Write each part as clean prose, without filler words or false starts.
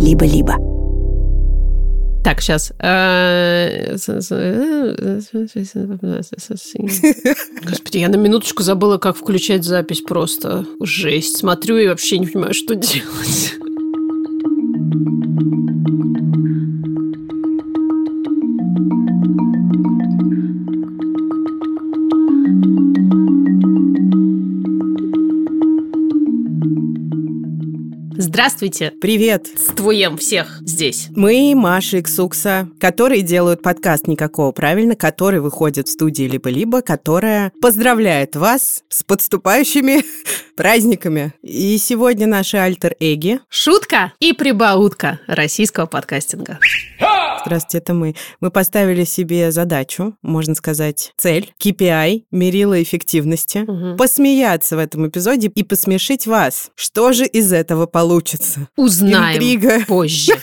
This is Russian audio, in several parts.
«Либо-либо». Так, сейчас. Господи, я на минуточку забыла, как включать запись просто. Жесть. Смотрю и вообще не понимаю, что делать. Здравствуйте. Привет. С твоем всех здесь. Мы Маша и Ксукса, которые делают подкаст «Никакого правильно», который выходит в студии «Либо-либо», которая поздравляет вас с подступающими праздниками. И сегодня наши альтер-эги. Шутка и прибаутка российского подкастинга. Здравствуйте, это мы. Мы поставили себе задачу, можно сказать, цель, KPI, мерила эффективности, посмеяться в этом эпизоде и посмешить вас. Что же из этого получится? Узнаем Интрига. позже.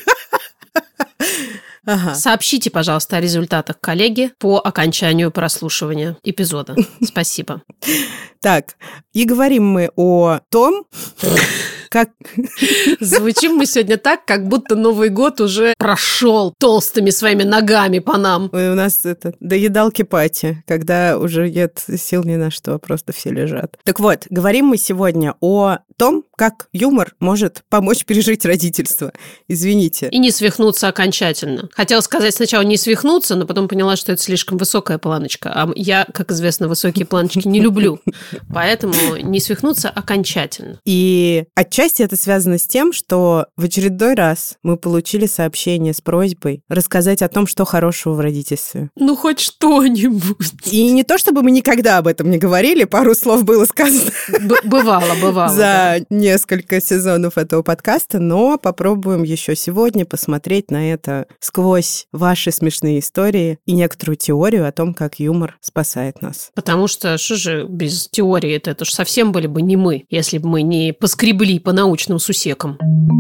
Ага. Сообщите, пожалуйста, о результатах коллеги по окончанию прослушивания эпизода. Спасибо. Так, и говорим мы о том, как... Звучим мы сегодня так, как будто Новый год уже прошел толстыми своими ногами по нам. У нас это доедалки-пати, когда уже нет сил ни на что, просто все лежат. Так вот, говорим мы сегодня о том, как юмор может помочь пережить родительство. Извините. И не свихнуться окончательно. Хотела сказать сначала не свихнуться, но потом поняла, что это слишком высокая планочка. А я, как известно, высокие планочки не люблю. Поэтому не свихнуться окончательно. И отчасти это связано с тем, что в очередной раз мы получили сообщение с просьбой рассказать о том, что хорошего в родительстве. Ну, хоть что-нибудь. И не то, чтобы мы никогда об этом не говорили, пару слов было сказано. Бывало. За несколько сезонов этого подкаста, но попробуем еще сегодня посмотреть на это сквозь ваши смешные истории и некоторую теорию о том, как юмор спасает нас. Потому что, что же без теории это ж совсем были бы не мы, если бы мы не поскребли по научным сусекам.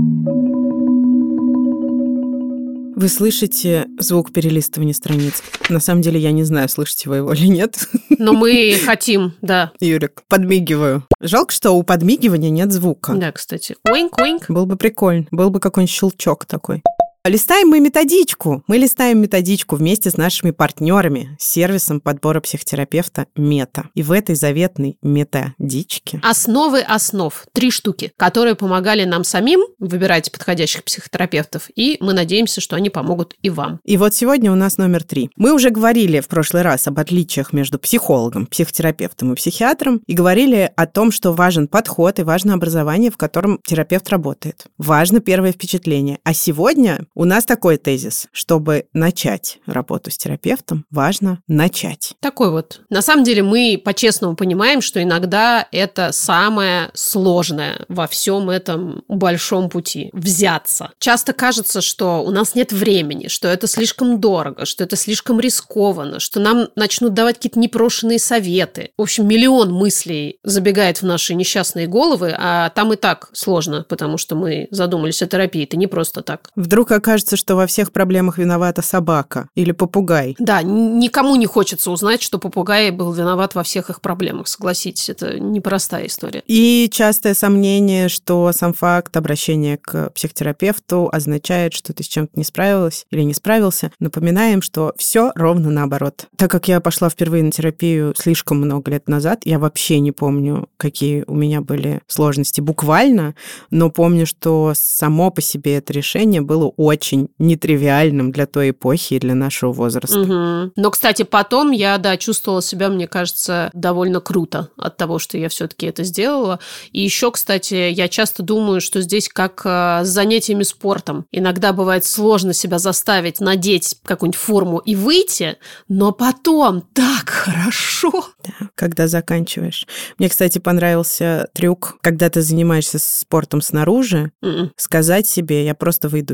Вы слышите звук перелистывания страниц? На самом деле я не знаю, слышите вы его или нет. Но мы хотим, да. Юрик, подмигиваю. Жалко, что у подмигивания нет звука. Да, кстати. Уинк-уинк. Был бы прикольно. Был бы какой-нибудь щелчок такой. Листаем мы методичку. Мы листаем методичку вместе с нашими партнерами, с сервисом подбора психотерапевта Мета. И в этой заветной методичке... Основы основ. 3 штуки, которые помогали нам самим выбирать подходящих психотерапевтов, и мы надеемся, что они помогут и вам. И вот сегодня у нас номер 3. Мы уже говорили в прошлый раз об отличиях между психологом, психотерапевтом и психиатром, и говорили о том, что важен подход и важно образование, в котором терапевт работает. Важно первое впечатление. А сегодня... У нас такой тезис. Чтобы начать работу с терапевтом, важно начать. Такой вот. На самом деле мы по-честному понимаем, что иногда это самое сложное во всем этом большом пути. Взяться. Часто кажется, что у нас нет времени, что это слишком дорого, что это слишком рискованно, что нам начнут давать какие-то непрошенные советы. В общем, миллион мыслей забегает в наши несчастные головы, а там и так сложно, потому что мы задумались о терапии. Это не просто так. Вдруг окажется, что во всех проблемах виновата собака или попугай. Да, никому не хочется узнать, что попугай был виноват во всех их проблемах. Согласитесь, это непростая история. И частое сомнение, что сам факт обращения к психотерапевту означает, что ты с чем-то не справилась или не справился. Напоминаем, что все ровно наоборот. Так как я пошла впервые на терапию слишком много лет назад, я вообще не помню, какие у меня были сложности буквально, но помню, что само по себе это решение было очень нетривиальным для той эпохи и для нашего возраста. Угу. Но, кстати, потом я, чувствовала себя, мне кажется, довольно круто от того, что я все-таки это сделала. И еще, кстати, я часто думаю, что здесь как с занятиями спортом. Иногда бывает сложно себя заставить надеть какую-нибудь форму и выйти, но потом так хорошо. Да, когда заканчиваешь. Мне, кстати, понравился трюк, когда ты занимаешься спортом снаружи, сказать себе: я просто выйду из дома.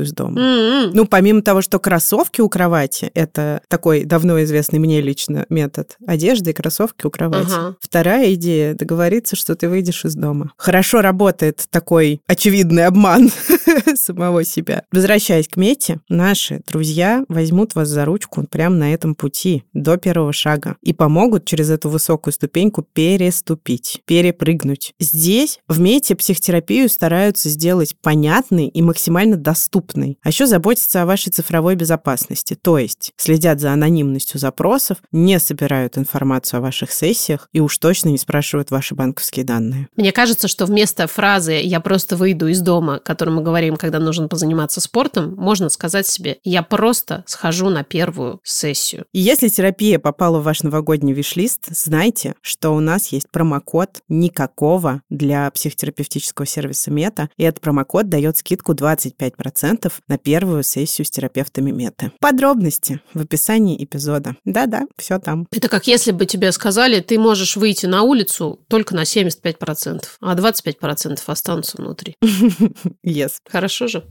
Ну, помимо того, что кроссовки у кровати, это такой давно известный мне лично метод. Одежда и кроссовки у кровати. Вторая идея — договориться, что ты выйдешь из дома. Хорошо работает такой очевидный обман самого себя. Возвращаясь к мете, наши друзья возьмут вас за ручку прямо на этом пути до первого шага и помогут через эту высокую ступеньку переступить, перепрыгнуть. Здесь в мете психотерапию стараются сделать понятной и максимально доступной. А еще заботятся о вашей цифровой безопасности, то есть следят за анонимностью запросов, не собирают информацию о ваших сессиях и уж точно не спрашивают ваши банковские данные. Мне кажется, что вместо фразы «я просто выйду из дома», о которой мы говорим, когда нужно позаниматься спортом, можно сказать себе «я просто схожу на первую сессию». И если терапия попала в ваш новогодний виш-лист, знайте, что у нас есть промокод «Никакого» для психотерапевтического сервиса Мета, и этот промокод дает скидку 25% на первую сессию с терапевтами Меты. Подробности в описании эпизода. Да-да, все там. Это как если бы тебе сказали, ты можешь выйти на улицу только на 75%, а 25% останутся внутри. Yes. Хорошо же?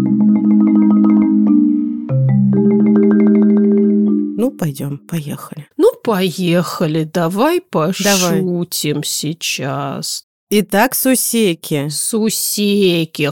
Ну, пойдем, поехали. Ну, поехали, давай пошутим сейчас. Итак, сусеки. Сусеки.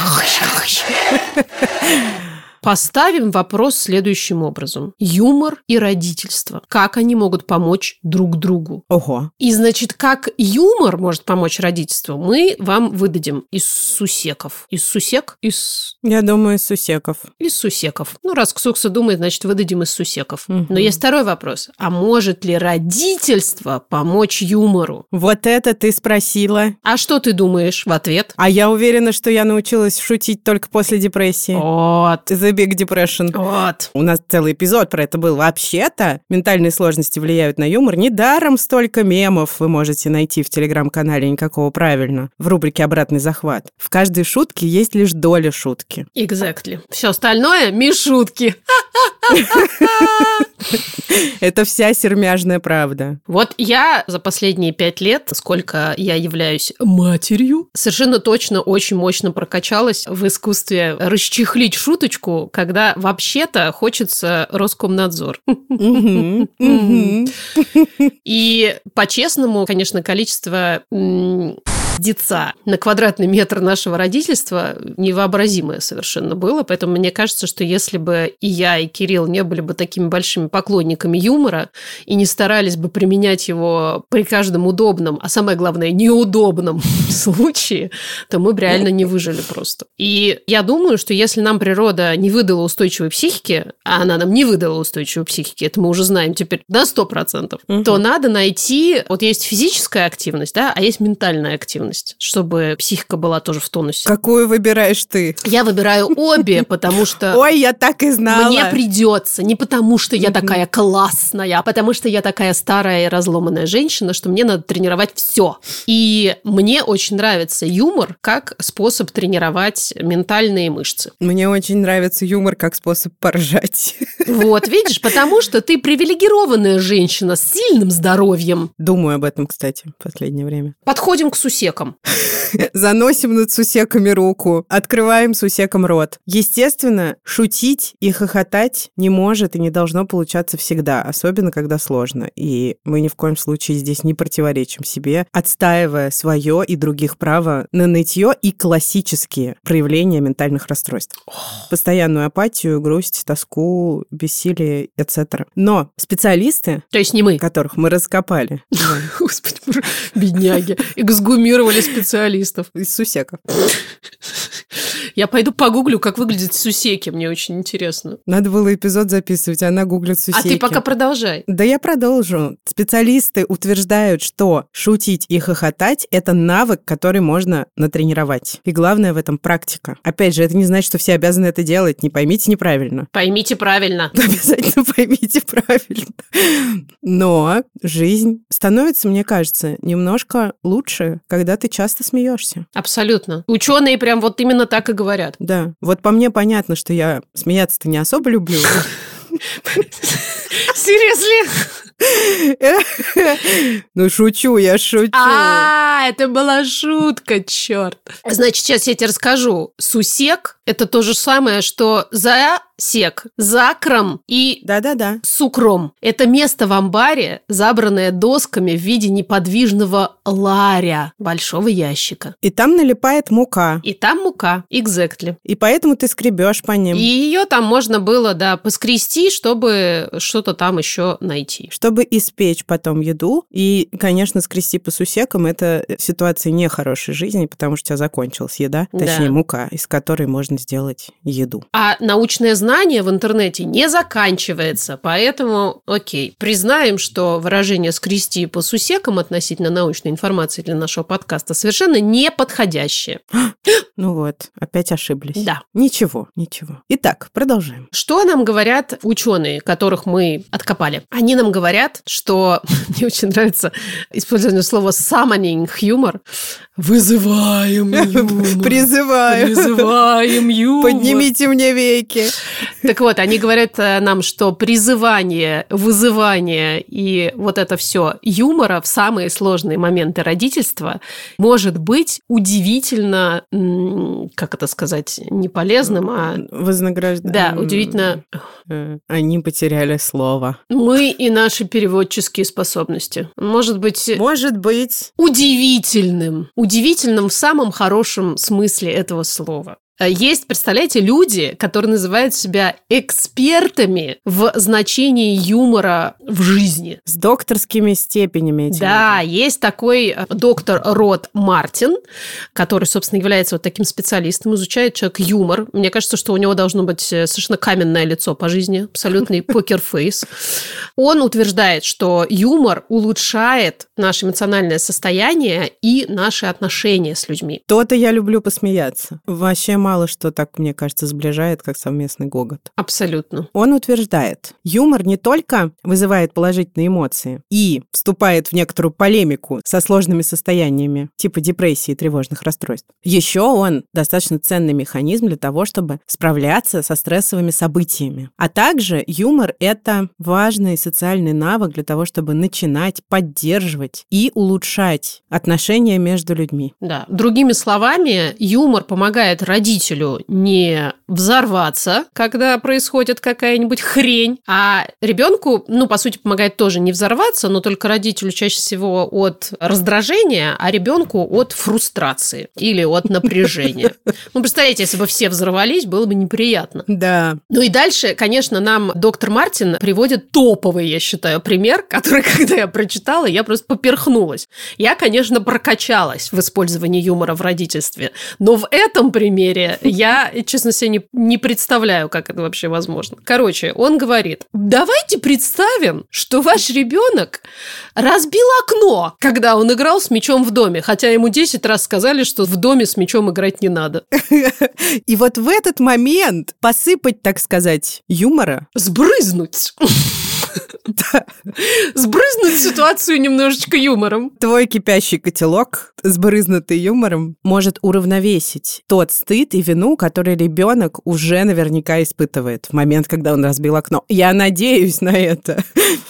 Поставим вопрос следующим образом. Юмор и родительство. Как они могут помочь друг другу? Ого. И, значит, как юмор может помочь родительству, мы вам выдадим из сусеков. Из сусек? Я думаю, из сусеков. Из сусеков. Ну, раз Ксукса думает, значит, выдадим из сусеков. Но есть второй вопрос. А может ли родительство помочь юмору? Вот это ты спросила. А что ты думаешь в ответ? А я уверена, что я научилась шутить только после депрессии. Вот. The Big Depression. Вот. У нас целый эпизод про это был. Вообще-то ментальные сложности влияют на юмор. Недаром столько мемов вы можете найти в телеграм-канале «Никакого правильно» в рубрике «Обратный захват». В каждой шутке есть лишь доля шутки. Exactly. Все остальное – мишутки. Это вся сермяжная правда. Вот я за последние 5 лет, сколько я являюсь матерью, совершенно точно очень мощно прокачалась в искусстве расчехлить шуточку, когда вообще-то хочется Роскомнадзор. И по-честному, конечно, количество деца на квадратный метр нашего родительства невообразимое совершенно было, поэтому мне кажется, что если бы и я, и Кирилл не были бы такими большими поклонниками юмора и не старались бы применять его при каждом удобном, а самое главное, неудобном случае, то мы бы реально не выжили просто. И я думаю, что если нам природа не выдала устойчивой психики, а она нам не выдала устойчивой психики, это мы уже знаем теперь на 100%, то надо найти... Вот есть физическая активность, да, а есть ментальная активность, чтобы психика была тоже в тонусе. Какую выбираешь ты? Я выбираю обе, потому что... Ой, я так и знала. Мне придется. Не потому, что я такая классная, а потому, что я такая старая и разломанная женщина, что мне надо тренировать все. И мне очень нравится юмор как способ тренировать ментальные мышцы. Мне очень нравится юмор как способ поржать. Вот, видишь, потому что ты привилегированная женщина с сильным здоровьем. Думаю об этом, кстати, в последнее время. Подходим к сусекам. Заносим над сусеками руку, открываем сусекам рот. Естественно, шутить и хохотать не может и не должно получаться всегда, особенно когда сложно. И мы ни в коем случае здесь не противоречим себе, отстаивая свое и других право на нытье и классические проявления ментальных расстройств. Постоянную апатию, грусть, тоску, бессилие, etc. Но специалисты, то есть не мы, которых мы раскопали, господи, бедняги, эксгумировали специалистов из сусеков. Я пойду погуглю, как выглядят сусеки, мне очень интересно. Надо было эпизод записывать, она гуглит сусеки. А ты пока продолжай. Да я продолжу. Специалисты утверждают, что шутить и хохотать – это навык, который можно натренировать. И главное в этом практика. Опять же, это не значит, что все обязаны это делать. Не поймите неправильно. Поймите правильно. Обязательно поймите правильно. Но жизнь становится, мне кажется, немножко лучше, когда ты часто смеешься. Абсолютно. Ученые прям вот именно так и говорят. Да. Вот по мне понятно, что я смеяться-то не особо люблю. Seriously? Ну, шучу, я шучу. Это была шутка, черт. Значит, сейчас я тебе расскажу. Сусек Это то же самое, что засек, закром и Да-да-да. сукром. Это место в амбаре, забранное досками в виде неподвижного ларя, большого ящика. И там налипает мука. И там мука, exactly. И поэтому ты скребешь по ним. И ее там можно было, да, поскрести, чтобы что-то там еще найти. Чтобы испечь потом еду. И, конечно, скрести по сусекам – это ситуация нехорошей жизни, потому что у тебя закончилась еда, точнее, Да. мука, из которой можно сделать еду. А научное знание в интернете не заканчивается, поэтому, окей, признаем, что выражение «скрести по сусекам» относительно научной информации для нашего подкаста совершенно неподходящее. Ну вот, опять ошиблись. Да. Ничего. Итак, продолжаем. Что нам говорят ученые, которых мы откопали? Они нам говорят, что мне очень нравится использование слова summoning humor. Вызываем юмор. Призываем юмор. Поднимите мне веки. Так вот, они говорят нам, что призывание, вызывание и вот это все юмора в самые сложные моменты родительства может быть удивительно, как это сказать, не полезным, а... Вознаграждение. Да, удивительно. Они потеряли слово. Мы и наши переводческие способности. Может быть, удивительным. Удивительным в самом хорошем смысле этого слова. Есть, представляете, люди, которые называют себя экспертами в значении юмора в жизни. С докторскими степенями. Да, есть такой доктор Род Мартин, который, собственно, является вот таким специалистом, изучает человек юмор. Мне кажется, что у него должно быть совершенно каменное лицо по жизни, абсолютный покерфейс. Он утверждает, что юмор улучшает наше эмоциональное состояние и наши отношения с людьми. То-то я люблю посмеяться. Вообще мало что так, мне кажется, сближает, как совместный гогот. Абсолютно. Он утверждает, юмор не только вызывает положительные эмоции и вступает в некоторую полемику со сложными состояниями, типа депрессии и тревожных расстройств. Еще он достаточно ценный механизм для того, чтобы справляться со стрессовыми событиями. А также юмор – это важный социальный навык для того, чтобы начинать поддерживать и улучшать отношения между людьми. Да. Другими словами, юмор помогает родителю не взорваться, когда происходит какая-нибудь хрень, а ребенку, по сути, помогает тоже не взорваться, но только родителю чаще всего от раздражения, а ребенку от фрустрации или от напряжения. Представляете, если бы все взорвались, было бы неприятно. Да. Ну и дальше, конечно, нам доктор Мартин приводит топовый, я считаю, пример, который, когда я прочитала, я просто поперхнулась. Я, конечно, прокачалась в использовании юмора в родительстве, но в этом примере я, честно, себе не представляю, как это вообще возможно. Короче, он говорит, давайте представим, что ваш ребенок разбил окно, когда он играл с мячом в доме, хотя ему 10 раз сказали, что в доме с мячом играть не надо. И вот в этот момент посыпать, так сказать, юмора. Сбрызнуть. Сбрызнуть ситуацию немножечко юмором. Твой кипящий котелок, сбрызнутый юмором, может уравновесить тот стыд и вину, который ребенок уже наверняка испытывает в момент, когда он разбил окно. Я надеюсь на это.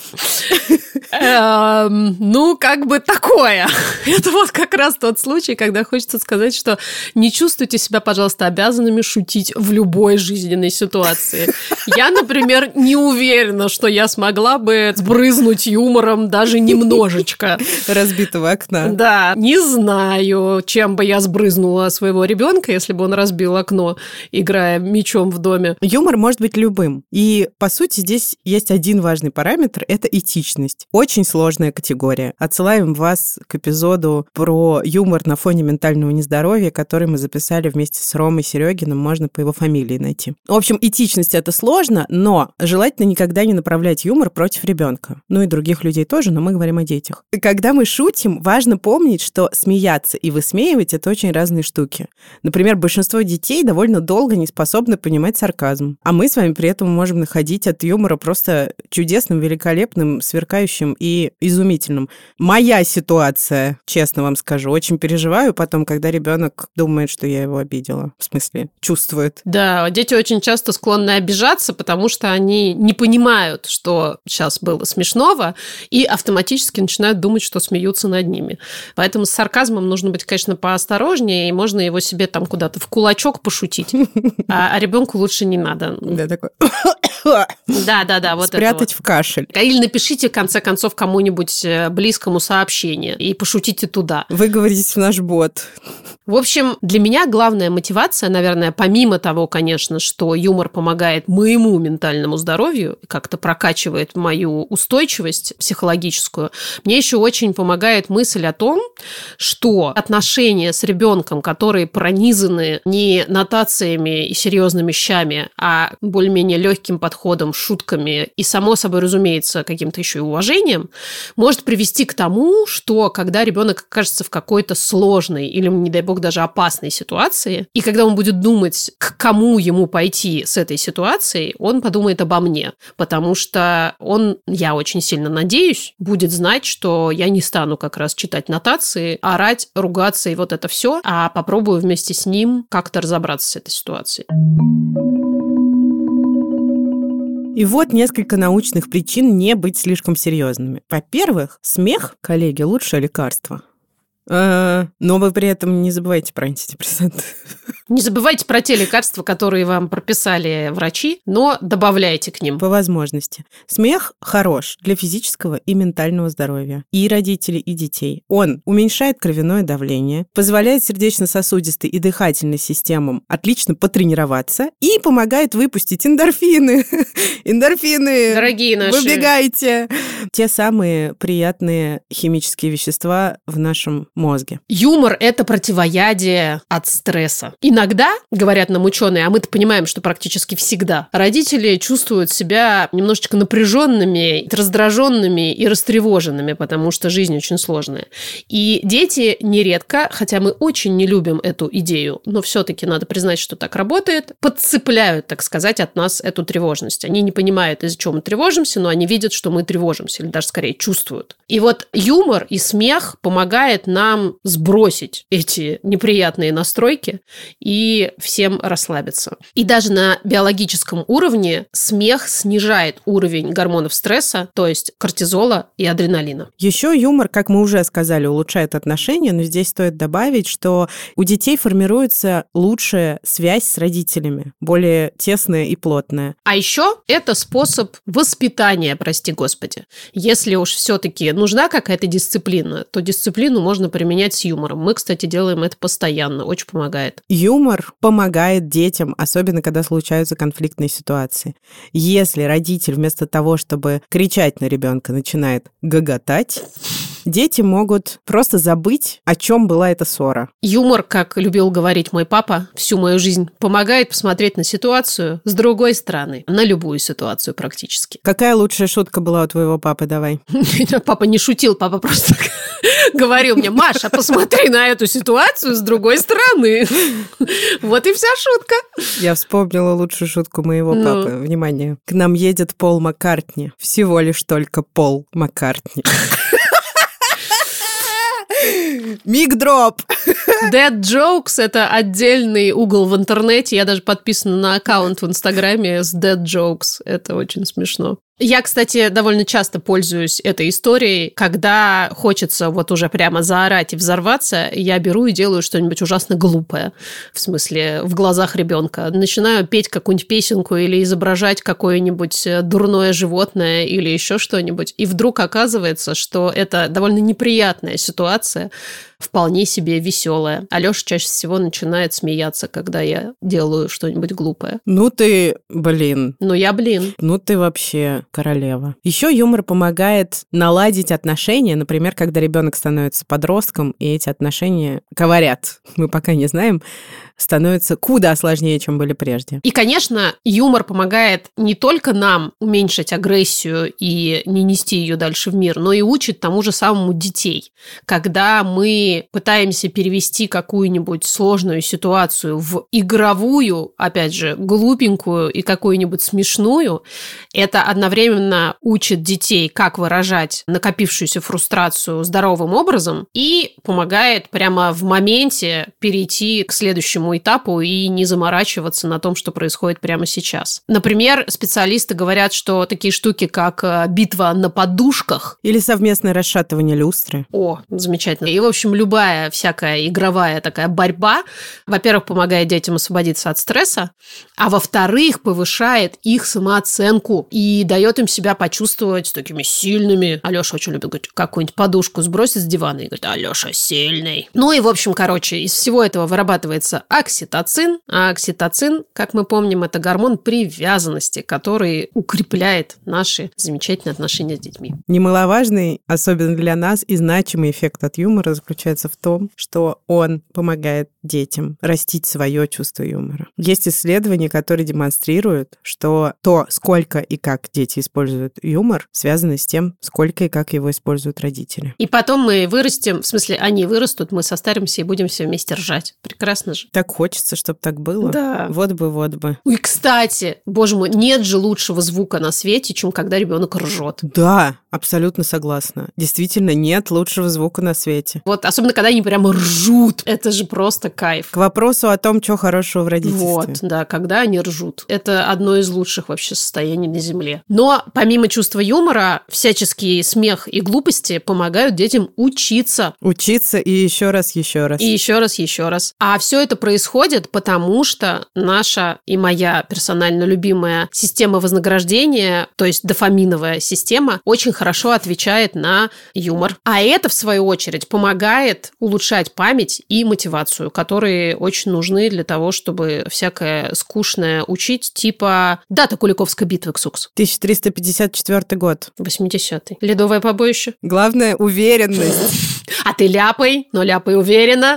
Такое. Это вот как раз тот случай, когда хочется сказать, что не чувствуйте себя, пожалуйста, обязанными шутить в любой жизненной ситуации. Я, например, не уверена, что я смогла бы сбрызнуть юмором даже немножечко. Разбитого окна. Да, не знаю, чем бы я сбрызнула своего ребенка, если бы он разбил окно, играя мячом в доме. Юмор может быть любым. И, по сути, здесь есть один важный параметр – это этичность. Очень сложная категория. Отсылаем вас к эпизоду про юмор на фоне ментального нездоровья, который мы записали вместе с Ромой Серегиным, можно по его фамилии найти. В общем, этичность – это сложно, но желательно никогда не направлять юмор против ребенка. Ну и других людей тоже, но мы говорим о детях. И когда мы шутим, важно помнить, что смеяться и высмеивать – это очень разные штуки. Например, большинство детей довольно долго не способны понимать сарказм. А мы с вами при этом можем находить от юмора просто чудесным, великолепным великолепным, сверкающим и изумительным. Моя ситуация, честно вам скажу, очень переживаю потом, когда ребенок думает, что я его обидела. В смысле, чувствует. Да, дети очень часто склонны обижаться, потому что они не понимают, что сейчас было смешного, и автоматически начинают думать, что смеются над ними. Поэтому с сарказмом нужно быть, конечно, поосторожнее, и можно его себе там куда-то в кулачок пошутить, а ребенку лучше не надо. Да, такой... Да, вот спрятать это в кашель. Или напишите, в конце концов, кому-нибудь близкому сообщение и пошутите туда. Выговоритесь в наш бот. В общем, для меня главная мотивация, наверное, помимо того, конечно, что юмор помогает моему ментальному здоровью, как-то прокачивает мою устойчивость психологическую, мне еще очень помогает мысль о том, что отношения с ребенком, которые пронизаны не нотациями и серьезными вещами, а более-менее легким подходом, шутками и, само собой, разумеется, каким-то еще и уважением, может привести к тому, что когда ребенок окажется в какой-то сложной или, не дай бог, даже опасной ситуации, и когда он будет думать, к кому ему пойти с этой ситуацией, он подумает обо мне, потому что он, я очень сильно надеюсь, будет знать, что я не стану как раз читать нотации, орать, ругаться и вот это все, а попробую вместе с ним как-то разобраться с этой ситуацией. И вот несколько научных причин не быть слишком серьезными. Во-первых, смех, коллеги, лучшее лекарство. Но вы при этом не забывайте про антидепрессанты. Не забывайте про те лекарства, которые вам прописали врачи, но добавляйте к ним. По возможности. Смех хорош для физического и ментального здоровья. И родителей, и детей. Он уменьшает кровяное давление, позволяет сердечно-сосудистой и дыхательной системам отлично потренироваться и помогает выпустить эндорфины. Эндорфины! Дорогие наши! Выбегайте! Те самые приятные химические вещества в нашем мозге. Юмор – это противоядие от стресса. Иногда, говорят нам ученые, а мы-то понимаем, что практически всегда, родители чувствуют себя немножечко напряженными, раздраженными и растревоженными, потому что жизнь очень сложная. И дети нередко, хотя мы очень не любим эту идею, но все-таки надо признать, что так работает, подцепляют, так сказать, от нас эту тревожность. Они не понимают, из-за чего мы тревожимся, но они видят, что мы тревожимся, или даже скорее чувствуют. И вот юмор и смех помогает нам сбросить эти неприятные настройки и всем расслабиться. И даже на биологическом уровне смех снижает уровень гормонов стресса, то есть кортизола и адреналина. Еще юмор, как мы уже сказали, улучшает отношения, но здесь стоит добавить, что у детей формируется лучшая связь с родителями, более тесная и плотная. А еще это способ воспитания, прости господи. Если уж все-таки нужна какая-то дисциплина, то дисциплину можно применять с юмором. Мы, кстати, делаем это постоянно, очень помогает. Юмор помогает детям, особенно когда случаются конфликтные ситуации. Если родитель вместо того, чтобы кричать на ребенка, начинает гоготать, дети могут просто забыть, о чем была эта ссора. Юмор, как любил говорить мой папа всю мою жизнь, помогает посмотреть на ситуацию с другой стороны, на любую ситуацию практически. Какая лучшая шутка была у твоего папы, давай? Папа не шутил, папа просто говорил мне: Маша, посмотри на эту ситуацию с другой стороны. Вот и вся шутка. Я вспомнила лучшую шутку моего папы. Внимание. К нам едет Пол Маккартни. Всего лишь только Пол Маккартни. Миг-дроп! Dead Jokes – это отдельный угол в интернете. Я даже подписана на аккаунт в Инстаграме с Dead Jokes. Это очень смешно. Я, кстати, довольно часто пользуюсь этой историей, когда хочется вот уже прямо заорать и взорваться, я беру и делаю что-нибудь ужасно глупое, в смысле, в глазах ребенка. Начинаю петь какую-нибудь песенку или изображать какое-нибудь дурное животное или еще что-нибудь, и вдруг оказывается, что это довольно неприятная ситуация, вполне себе веселая. Алёша чаще всего начинает смеяться, когда я делаю что-нибудь глупое. Ну ты, блин. Ну я, блин. Ну ты вообще королева. Еще юмор помогает наладить отношения, например, когда ребенок становится подростком, и эти отношения говорят, мы пока не знаем, становятся куда сложнее, чем были прежде. И, конечно, юмор помогает не только нам уменьшить агрессию и не нести ее дальше в мир, но и учит тому же самому детей. Когда мы пытаемся перевести какую-нибудь сложную ситуацию в игровую, опять же, глупенькую и какую-нибудь смешную, это одновременно одновременно учит детей, как выражать накопившуюся фрустрацию здоровым образом и помогает прямо в моменте перейти к следующему этапу и не заморачиваться на том, что происходит прямо сейчас. Например, специалисты говорят, что такие штуки, как битва на подушках... Или совместное расшатывание люстры. О, замечательно. И, в общем, любая всякая игровая такая борьба, во-первых, помогает детям освободиться от стресса, а во-вторых, повышает их самооценку и дает им себя почувствовать такими сильными. Алёша очень любит говорить, какую-нибудь подушку сбросить с дивана и говорит, Алёша сильный. Ну и, в общем, короче, из всего этого вырабатывается окситоцин, а окситоцин, как мы помним, это гормон привязанности, который укрепляет наши замечательные отношения с детьми. Немаловажный, особенно для нас, и значимый эффект от юмора заключается в том, что он помогает детям растить свое чувство юмора. Есть исследования, которые демонстрируют, что то, сколько и как дети используют юмор, связано с тем, сколько и как его используют родители. И потом мы вырастем, в смысле, они вырастут, мы состаримся и будем все вместе ржать. Прекрасно же. Так хочется, чтобы так было. Да. Вот бы. И, кстати, боже мой, нет же лучшего звука на свете, чем когда ребенок ржет. Да, абсолютно согласна. Действительно, нет лучшего звука на свете. Вот, особенно, когда они прямо ржут. Это же просто кайф. К вопросу о том, что хорошего в родительстве. Вот, да, когда они ржут. Это одно из лучших вообще состояний на Земле. Но помимо чувства юмора, всяческие смех и глупости помогают детям учиться. Учиться и еще раз. И еще раз. А все это происходит, потому что наша и моя персонально любимая система вознаграждения, то есть дофаминовая система, очень хорошо отвечает на юмор. А это, в свою очередь, помогает улучшать память и мотивацию, которые очень нужны для того, чтобы всякое скучное учить, типа дата Куликовской битвы, Ксукс. 1354 год. 80-й. Ледовое побоище. Главное — уверенность. А ты ляпай, но ляпай уверенно.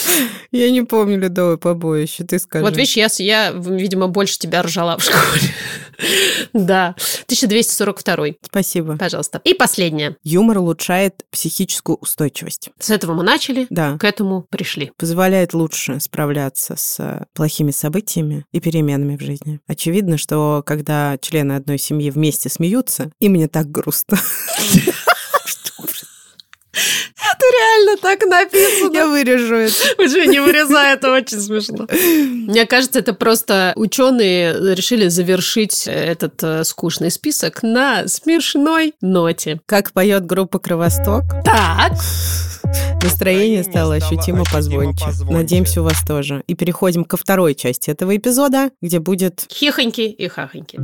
Я не помню ледовое побоище, ты скажи. Вот видишь, я, видимо, больше тебя ржала в школе. Да. 1242. Спасибо. Пожалуйста. И последнее. Юмор улучшает психическую устойчивость. С этого мы начали, да. К этому пришли. Позволяет лучше справляться с плохими событиями и переменами в жизни. Очевидно, что когда члены одной семьи вместе смеются, им не так грустно. Это реально так написано. Я вырежу это. Уже не вырезай, это очень смешно. Мне кажется, это просто ученые решили завершить этот скучный список на смешной ноте. Как поет группа «Кровосток». Так. Настроение стало ощутимо позвонче. Надеемся, у вас тоже. И переходим ко второй части этого эпизода, где будет... Хихоньки и хахоньки.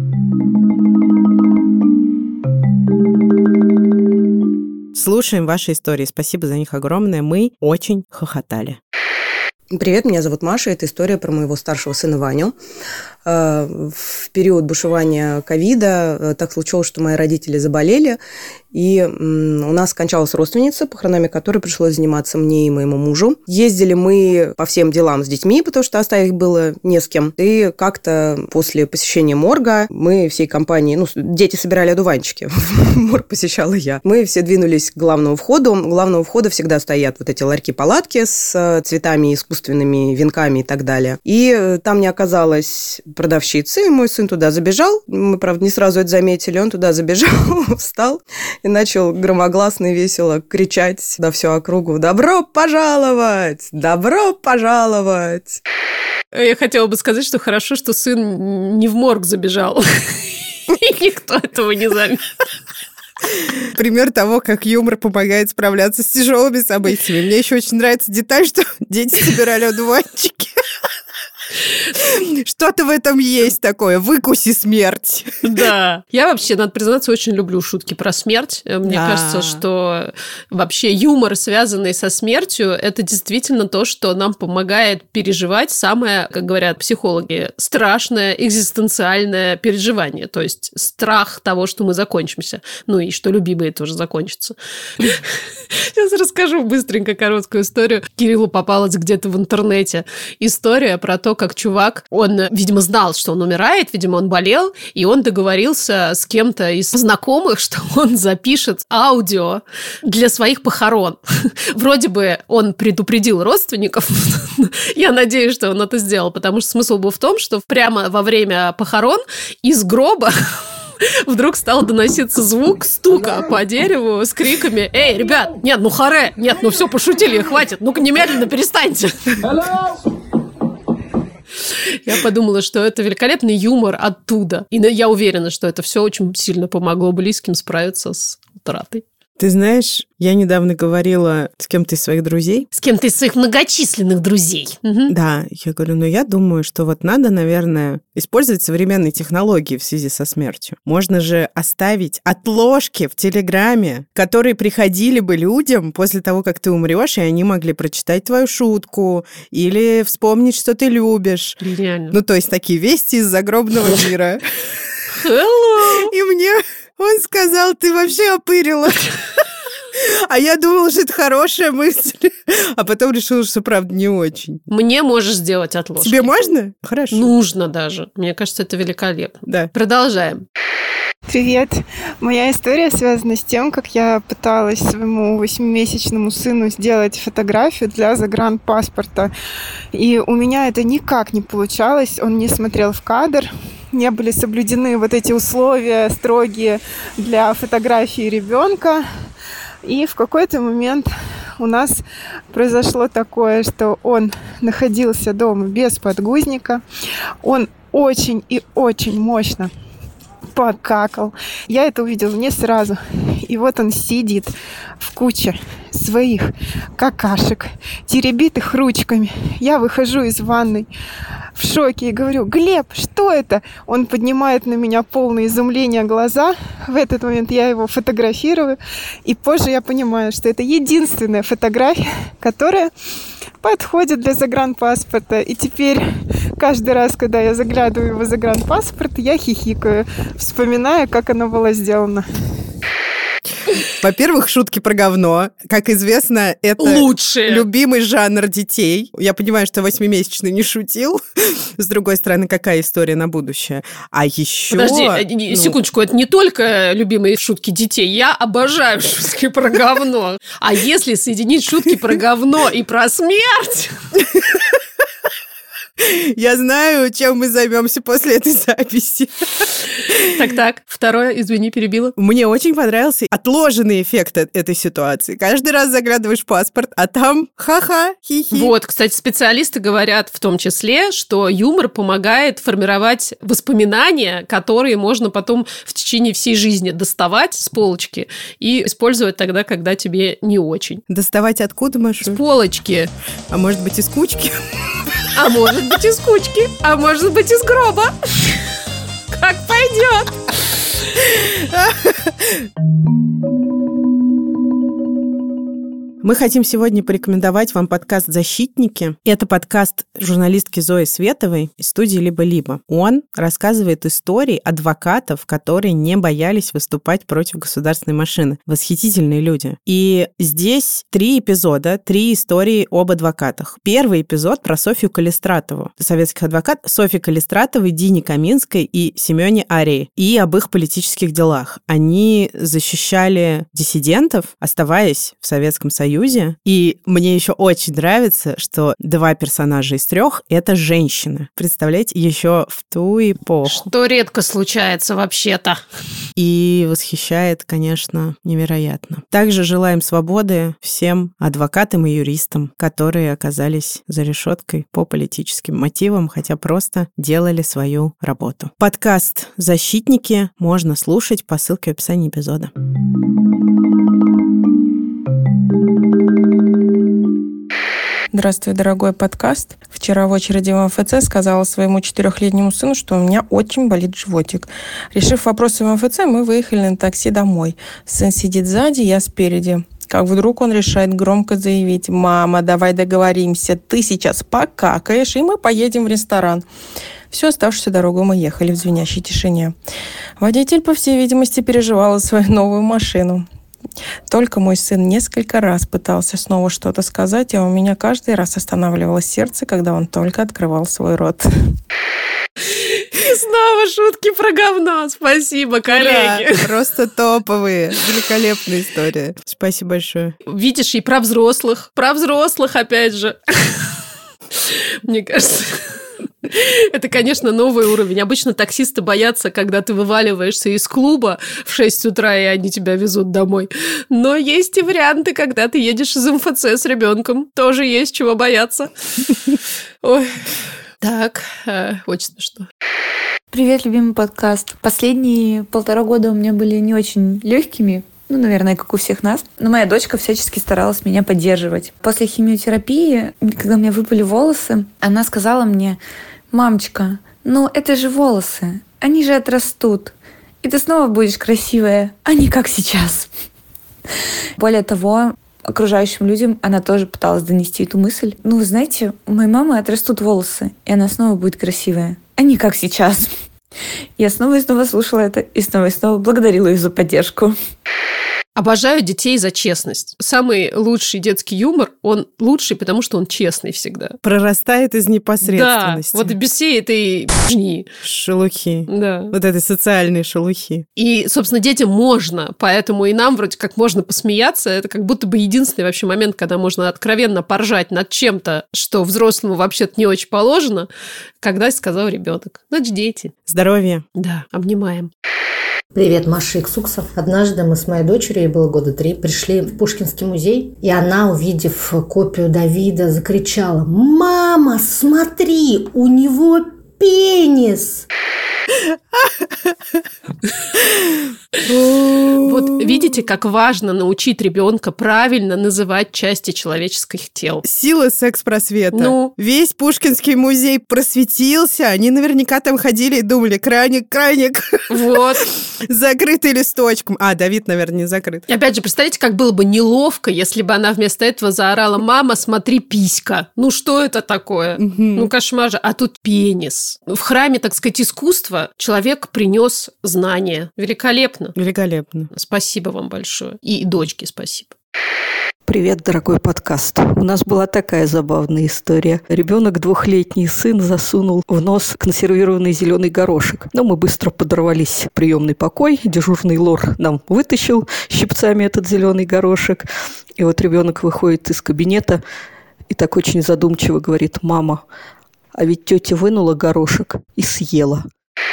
Слушаем ваши истории. Спасибо за них огромное. Мы очень хохотали. Привет, меня зовут Маша. Это история про моего старшего сына Ваню. В период бушевания ковида так случилось, что мои родители заболели, и у нас скончалась родственница, похоронами которой пришлось заниматься мне и моему мужу. Ездили мы по всем делам с детьми, потому что оставить было не с кем. И как-то после посещения морга мы всей компанией, дети собирали одуванчики, морг посещала я. Мы все двинулись к главному входу. У главного входа всегда стоят вот эти ларьки-палатки с цветами, искусственными венками и так далее. И там не оказалось продавщицы, и мой сын туда забежал. Мы, правда, не сразу это заметили. Он туда забежал, встал и начал громогласно и весело кричать на всю округу: «Добро пожаловать! Добро пожаловать!» Я хотела бы сказать, что хорошо, что сын не в морг забежал. И никто этого не заметил. Пример того, как юмор помогает справляться с тяжелыми событиями. Мне еще очень нравится деталь, что дети собирали одуванчики. Что-то в этом есть такое. Выкуси смерть. Да. Я вообще, надо признаться, очень люблю шутки про смерть. Мне кажется, что вообще юмор, связанный со смертью, это действительно то, что нам помогает переживать самое, как говорят психологи, страшное экзистенциальное переживание. То есть страх того, что мы закончимся. Ну и что любимые тоже закончатся. Сейчас расскажу быстренько короткую историю. Кириллу попалась где-то в интернете история про то, как чувак, он, видимо, знал, что он умирает, видимо, он болел, и он договорился с кем-то из знакомых, что он запишет аудио для своих похорон. Вроде бы он предупредил родственников, я надеюсь, что он это сделал, потому что смысл был в том, что прямо во время похорон из гроба вдруг стал доноситься звук стука по дереву с криками: «Эй, ребят, нет, ну харе, нет, ну все, пошутили, хватит, ну-ка немедленно перестаньте». Я подумала, что это великолепный юмор оттуда. И я уверена, что это все очень сильно помогло близким справиться с утратой. Ты знаешь, я недавно говорила с кем-то из своих друзей. С кем-то из своих многочисленных друзей. Угу. Да, я говорю, я думаю, что вот надо, наверное, использовать современные технологии в связи со смертью. Можно же оставить отложки в Телеграме, которые приходили бы людям после того, как ты умрешь, и они могли прочитать твою шутку или вспомнить, что ты любишь. Реально. Ну, то есть такие вести из загробного мира. Hello. И мне он сказал: ты вообще опырила. А я думала, что это хорошая мысль. А потом решила, что, правда, не очень. Мне можешь сделать отложки. Тебе можно? Хорошо. Нужно даже. Мне кажется, это великолепно. Да. Продолжаем. Привет. Моя история связана с тем, как я пыталась своему 8-месячному сыну сделать фотографию для загранпаспорта. И у меня это никак не получалось. Он не смотрел в кадр. Не были соблюдены вот эти условия строгие для фотографии ребенка. И в какой-то момент у нас произошло такое, что он находился дома без подгузника. Он очень и очень мощно покакал. Я это увидела не сразу. И вот он сидит в куче своих какашек, теребит их ручками. Я выхожу из ванной в шоке и говорю: Глеб, что это? Он поднимает на меня полное изумление глаза. В этот момент я его фотографирую. И позже я понимаю, что это единственная фотография, которая подходит для загранпаспорта. И теперь каждый раз, когда я заглядываю в его загранпаспорт, я хихикаю, вспоминая, как оно было сделано. Во-первых, шутки про говно. Как известно, это лучшие. Любимый жанр детей. Я понимаю, что 8-месячный не шутил. С другой стороны, какая история на будущее? А еще... Подожди, секундочку, это не только любимые шутки детей. Я обожаю шутки про говно. А если соединить шутки про говно и про смерть... Я знаю, чем мы займемся после этой записи. Так. Второе, извини, перебила. Мне очень понравился отложенный эффект этой ситуации. Каждый раз заглядываешь в паспорт, а там ха-ха, хи-хи. Вот, кстати, специалисты говорят в том числе, что юмор помогает формировать воспоминания, которые можно потом в течение всей жизни доставать с полочки и использовать тогда, когда тебе не очень. Доставать откуда, Маша? С полочки. А может быть, из кучки? А может быть, из кучки, а может быть, из гроба. Как пойдет. Мы хотим сегодня порекомендовать вам подкаст «Защитники». Это подкаст журналистки Зои Световой из студии «Либо-либо». Он рассказывает истории адвокатов, которые не боялись выступать против государственной машины. Восхитительные люди. И здесь 3 эпизода, 3 истории об адвокатах. Первый эпизод про Софью Калистратову, советских адвокатов, Софьи Калистратовой, Дине Каминской и Семёне Арии, и об их политических делах. Они защищали диссидентов, оставаясь в Советском Союзе. И мне еще очень нравится, что 2 персонажа из 3 — это женщины. Представляете, еще в ту эпоху. Что редко случается вообще-то. И восхищает, конечно, невероятно. Также желаем свободы всем адвокатам и юристам, которые оказались за решеткой по политическим мотивам, хотя просто делали свою работу. Подкаст «Защитники» можно слушать по ссылке в описании эпизода. Здравствуй, дорогой подкаст. Вчера в очереди в МФЦ сказала своему 4-летнему сыну, что у меня очень болит животик. Решив вопросы в МФЦ, мы выехали на такси домой. Сын сидит сзади, я спереди. Как вдруг он решает громко заявить: «Мама, давай договоримся, ты сейчас покакаешь, и мы поедем в ресторан». Всю оставшуюся дорогу мы ехали в звенящей тишине. Водитель, по всей видимости, переживал за свою новую машину. Только мой сын несколько раз пытался снова что-то сказать, а у меня каждый раз останавливалось сердце, когда он только открывал свой рот. И снова шутки про говно. Спасибо, коллеги. Да, просто топовые. Великолепная история. Спасибо большое. Видишь, и про взрослых. Про взрослых, опять же. Мне кажется... Это, конечно, новый уровень. Обычно таксисты боятся, когда ты вываливаешься из клуба в 6 утра, и они тебя везут домой. Но есть и варианты, когда ты едешь из МФЦ с ребенком. Тоже есть чего бояться. Ой. Так, очень смешно. Привет, любимый подкаст. Последние 1,5 года у меня были не очень легкими, наверное, как у всех нас. Но моя дочка всячески старалась меня поддерживать. После химиотерапии, когда у меня выпали волосы, она сказала мне: «Мамочка, это же волосы, они же отрастут, и ты снова будешь красивая, а не как сейчас». Более того, окружающим людям она тоже пыталась донести эту мысль. Вы знаете, у моей мамы отрастут волосы, и она снова будет красивая, а не как сейчас. Я снова и снова слушала это, и снова благодарила ее за поддержку. Обожаю детей за честность. Самый лучший детский юмор, он лучший, потому что он честный всегда. Прорастает из непосредственности. Да, вот без всей этой шелухи. Да. Вот этой социальной шелухи. И, собственно, детям можно, поэтому и нам вроде как можно посмеяться. Это как будто бы единственный вообще момент, когда можно откровенно поржать над чем-то, что взрослому вообще-то не очень положено, когда сказал ребенок. Значит, дети. Здоровья. Да, обнимаем. Привет, Маша Иксуксов. Однажды мы с моей дочерью, ей было 3 года, пришли в Пушкинский музей, и она, увидев копию Давида, закричала: «Мама, смотри, у него пенис!» Вот видите, как важно научить ребенка правильно называть части человеческих тел. Сила секс-просвета. Весь Пушкинский музей просветился. Они наверняка там ходили и думали: краник. Вот. Закрытый листочком. Давид, наверное, не закрыт. И опять же, представляете, как было бы неловко, если бы она вместо этого заорала: «Мама, смотри, писька». Что это такое? Кошмар же. А тут пенис. В храме, так сказать, искусства человек принес знания. Великолепно. Великолепно. Спасибо вам большое. И дочке спасибо. Привет, дорогой подкаст. У нас была такая забавная история. Ребенок, 2-летний сын, засунул в нос консервированный зеленый горошек. Но мы быстро подорвались в приемный покой. Дежурный лор нам вытащил щипцами этот зеленый горошек. И вот ребенок выходит из кабинета и так очень задумчиво говорит: «Мама, а ведь тетя вынула горошек и съела».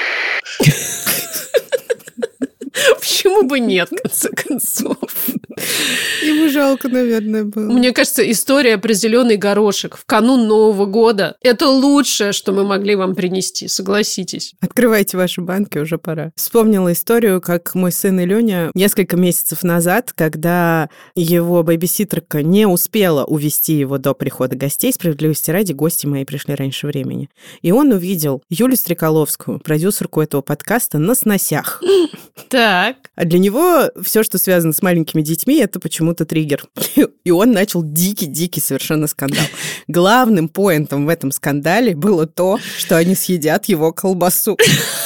Почему бы нет, в конце концов? Ему жалко, наверное, было. Мне кажется, история про зеленый горошек в канун Нового года – это лучшее, что мы могли вам принести, согласитесь. Открывайте ваши банки, уже пора. Вспомнила историю, как мой сын Илюня несколько месяцев назад, когда его бэйбиситерка не успела увезти его до прихода гостей, справедливости ради, гости мои пришли раньше времени. И он увидел Юлю Стрекаловскую, продюсерку этого подкаста, на сносях. Так. А для него все, что связано с маленькими детьми, это почему-то триггер. И он начал дикий совершенно скандал. Главным поинтом в этом скандале было то, что они съедят его колбасу.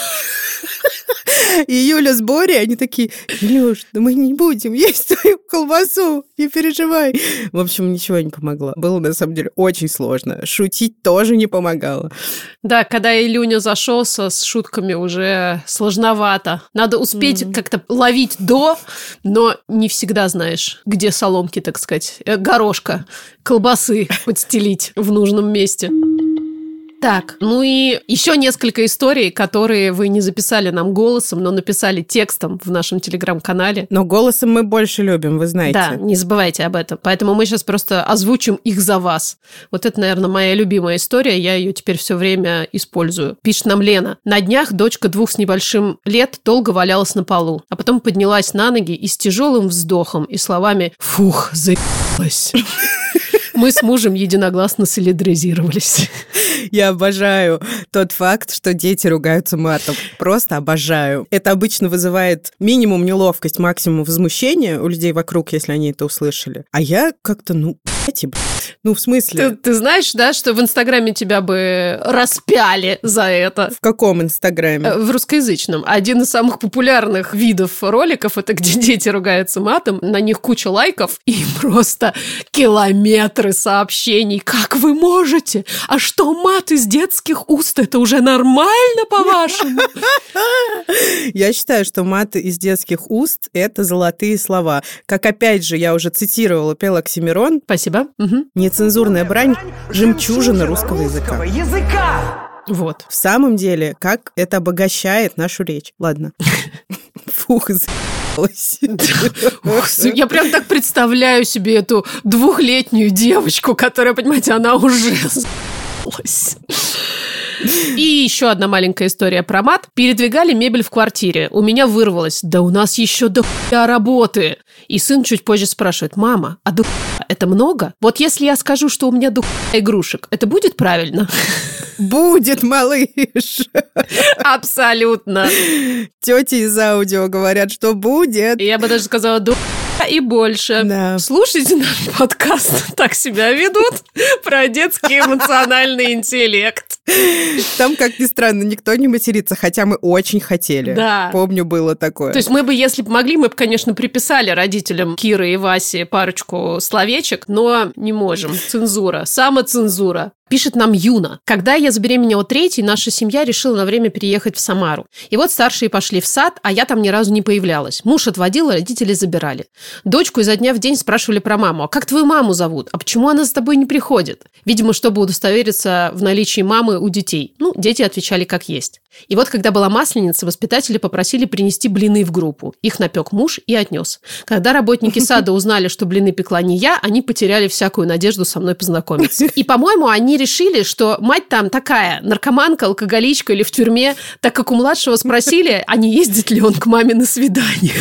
И Юля с Борей, они такие: «Илюш, да мы не будем есть твою колбасу, не переживай». В общем, ничего не помогло. Было, на самом деле, очень сложно. Шутить тоже не помогало. Да, когда Илюня зашелся с шутками, уже сложновато. Надо успеть как-то ловить но не всегда знаешь, где соломки, так сказать, горошка, колбасы подстелить в нужном месте. Так, и еще несколько историй, которые вы не записали нам голосом, но написали текстом в нашем телеграм-канале. Но голосом мы больше любим, вы знаете. Да, не забывайте об этом. Поэтому мы сейчас просто озвучим их за вас. Вот это, наверное, моя любимая история. Я ее теперь все время использую. Пишет нам Лена. На днях дочка 2 с небольшим лет долго валялась на полу, а потом поднялась на ноги и с тяжелым вздохом и словами: «Фух, заебалась». Мы с мужем единогласно солидаризировались. Я обожаю тот факт, что дети ругаются матом. Просто обожаю. Это обычно вызывает минимум неловкость, максимум возмущения у людей вокруг, если они это услышали. А я как-то, в смысле... Ты знаешь, да, что в Инстаграме тебя бы распяли за это? В каком Инстаграме? В русскоязычном. Один из самых популярных видов роликов — это где дети ругаются матом, на них куча лайков и просто километры сообщений. Как вы можете? А что, мат из детских уст? Это уже нормально, по-вашему? Я считаю, что мат из детских уст – это золотые слова. Как, опять же, я уже цитировала, пел Оксимирон. Спасибо. Нецензурная брань – жемчужина русского языка. Вот. В самом деле, как это обогащает нашу речь. Ладно. Фух, за***лась. Я прям так представляю себе эту 2-летнюю девочку, которая, понимаете, она уже за***лась. И еще одна маленькая история про мат. Передвигали мебель в квартире. У меня вырвалось: да у нас еще до хуя работы. И сын чуть позже спрашивает: мама, а до хуя это много? Вот если я скажу, что у меня до хуя игрушек, это будет правильно? Будет, малыш. Абсолютно. Тети из аудио говорят, что будет. Я бы даже сказала: до хуя и больше. Да. Слушайте наш подкаст. Так себя ведут про детский эмоциональный интеллект. Там, как ни странно, никто не матерится, хотя мы очень хотели. Да. Помню, было такое. То есть мы бы, если бы могли, мы бы, конечно, приписали родителям Киры и Васи парочку словечек, но не можем. Цензура. Самоцензура. Пишет нам Юна. Когда я забеременела 3-й, наша семья решила на время переехать в Самару. И вот старшие пошли в сад, а я там ни разу не появлялась. Муж отводил, родители забирали. Дочку изо дня в день спрашивали про маму. А как твою маму зовут? А почему она за тобой не приходит? Видимо, чтобы удостовериться в наличии мамы у детей. Ну, дети отвечали как есть. И вот, когда была Масленица, воспитатели попросили принести блины в группу. Их напек муж и отнес. Когда работники сада узнали, что блины пекла не я, они потеряли всякую надежду со мной познакомиться. И, по-моему, они решили, что мать там такая наркоманка, алкоголичка или в тюрьме, так как у младшего спросили, а не ездит ли он к маме на свидание.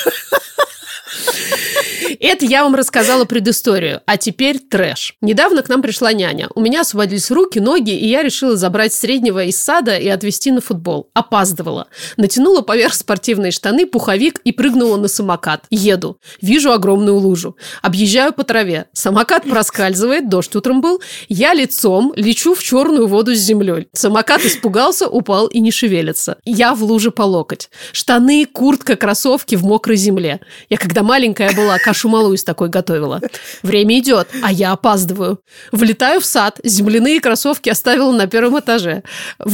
Это я вам рассказала предысторию, а теперь трэш. Недавно к нам пришла няня. У меня освободились руки, ноги, и я решила забрать среднего из сада и отвезти на футбол. Опаздывала. Натянула поверх спортивные штаны, пуховик и прыгнула на самокат. Еду. Вижу огромную лужу. Объезжаю по траве. Самокат проскальзывает, дождь утром был. Я лицом лечу в черную воду с землей. Самокат испугался, упал и не шевелится. Я в луже по локоть. Штаны, куртка, кроссовки в мокрой земле. Я когда маленькая была, кашу малую с такой готовила. Время идет, а я опаздываю. Влетаю в сад, земляные кроссовки оставила на 1-м этаже. В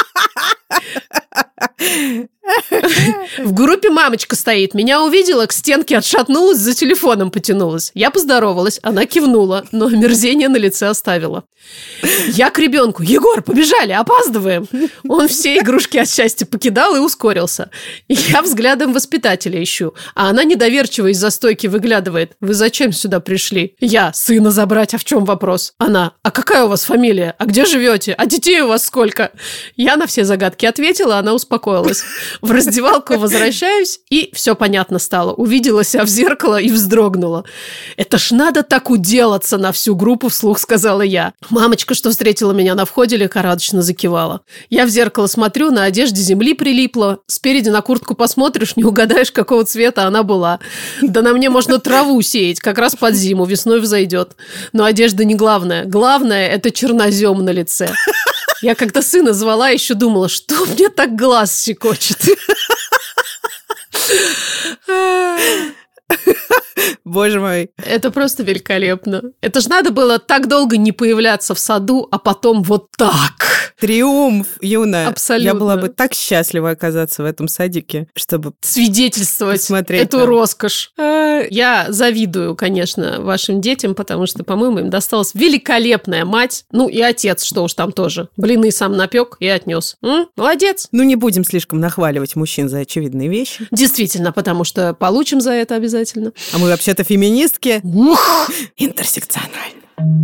группе мамочка стоит. Меня увидела, к стенке отшатнулась, за телефоном потянулась. Я поздоровалась, она кивнула, но омерзение на лице оставила. Я к ребенку: Егор, побежали, опаздываем. Он все игрушки от счастья покидал и ускорился. Я взглядом воспитателя ищу, а она недоверчиво из-за стойки выглядывает: вы зачем сюда пришли? Я: сына забрать, а в чем вопрос? Она: а какая у вас фамилия? А где живете? А детей у вас сколько? Я на все загадки ответила, она успокоилась. В раздевалку возвращаюсь, и все понятно стало. Увидела себя в зеркало и вздрогнула. Это ж надо так уделаться на всю группу, вслух сказала я. Мамочка, что встретила меня на входе, лихорадочно закивала. Я в зеркало смотрю, на одежде земли прилипла. Спереди на куртку посмотришь, не угадаешь, какого цвета она была. Да на мне можно траву сеять, как раз под зиму, весной взойдет. Но одежда не главное. Главное – это чернозем на лице. Я когда сына звала, еще думала, что мне так глаз щекочет. Боже мой. Это просто великолепно. Это же надо было так долго не появляться в саду, а потом вот так. Триумф, Юна. Абсолютно. Я была бы так счастлива оказаться в этом садике, чтобы свидетельствовать смотреть эту роскошь. Я завидую, конечно, вашим детям, потому что, по-моему, им досталась великолепная мать. Ну и отец, что уж там тоже. Блины сам напек и отнес. Молодец. Ну, не будем слишком нахваливать мужчин за очевидные вещи. Действительно, потому что получим за это обязательно. А мы вообще-то феминистки. Интерсекционально.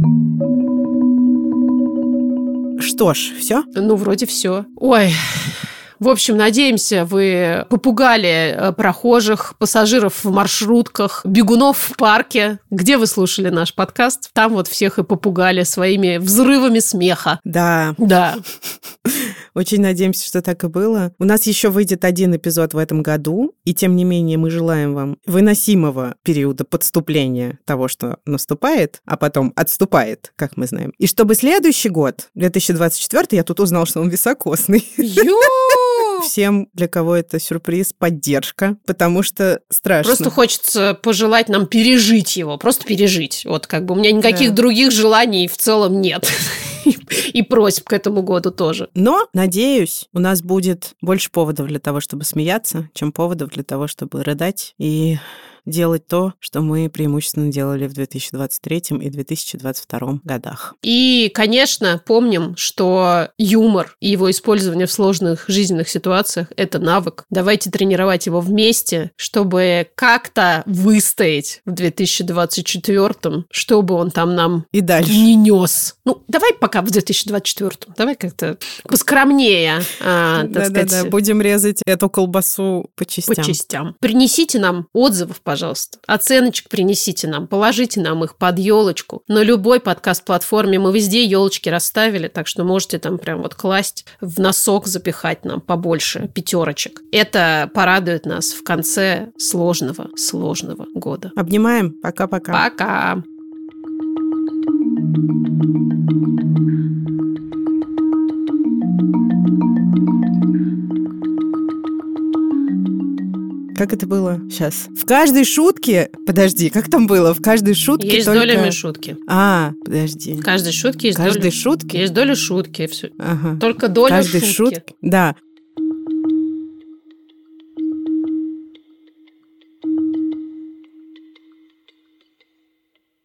Что ж, все? Ну, вроде все. Ой... В общем, надеемся, вы попугали прохожих, пассажиров в маршрутках, бегунов в парке. Где вы слушали наш подкаст, там вот всех и попугали своими взрывами смеха. Да. Да. Очень надеемся, что так и было. У нас еще выйдет 1 эпизод в этом году, и тем не менее мы желаем вам выносимого периода подступления того, что наступает, а потом отступает, как мы знаем. И чтобы следующий год, 2024, я тут узнала, что он високосный. Всем, для кого это сюрприз, поддержка, потому что страшно. Просто хочется пожелать нам пережить его, просто пережить. Вот как бы у меня никаких других желаний в целом нет. И просьб к этому году тоже. Но, надеюсь, у нас будет больше поводов для того, чтобы смеяться, чем поводов для того, чтобы рыдать и делать то, что мы преимущественно делали в 2023 и 2022 годах. И, конечно, помним, что юмор и его использование в сложных жизненных ситуациях – это навык. Давайте тренировать его вместе, чтобы как-то выстоять в 2024-м, чтобы он там нам и дальше не нес. Ну, давай пока в 2024-м. Давай как-то поскромнее. Да-да-да, будем резать эту колбасу по частям. По частям. Принесите нам отзывов, пожалуйста. Оценочек принесите нам. Положите нам их под елочку. На любой подкаст-платформе мы везде елочки расставили, так что можете там прям вот класть в носок, запихать нам побольше 5. Это порадует нас в конце сложного года. Обнимаем. Пока-пока. Пока. Как это было? Сейчас. В каждой шутке... Подожди, как там было? В каждой шутке есть только... долями шутки. Подожди. В каждой шутке есть доля шутки? Есть доля шутки. Ага. Только доля каждой шутки. Да.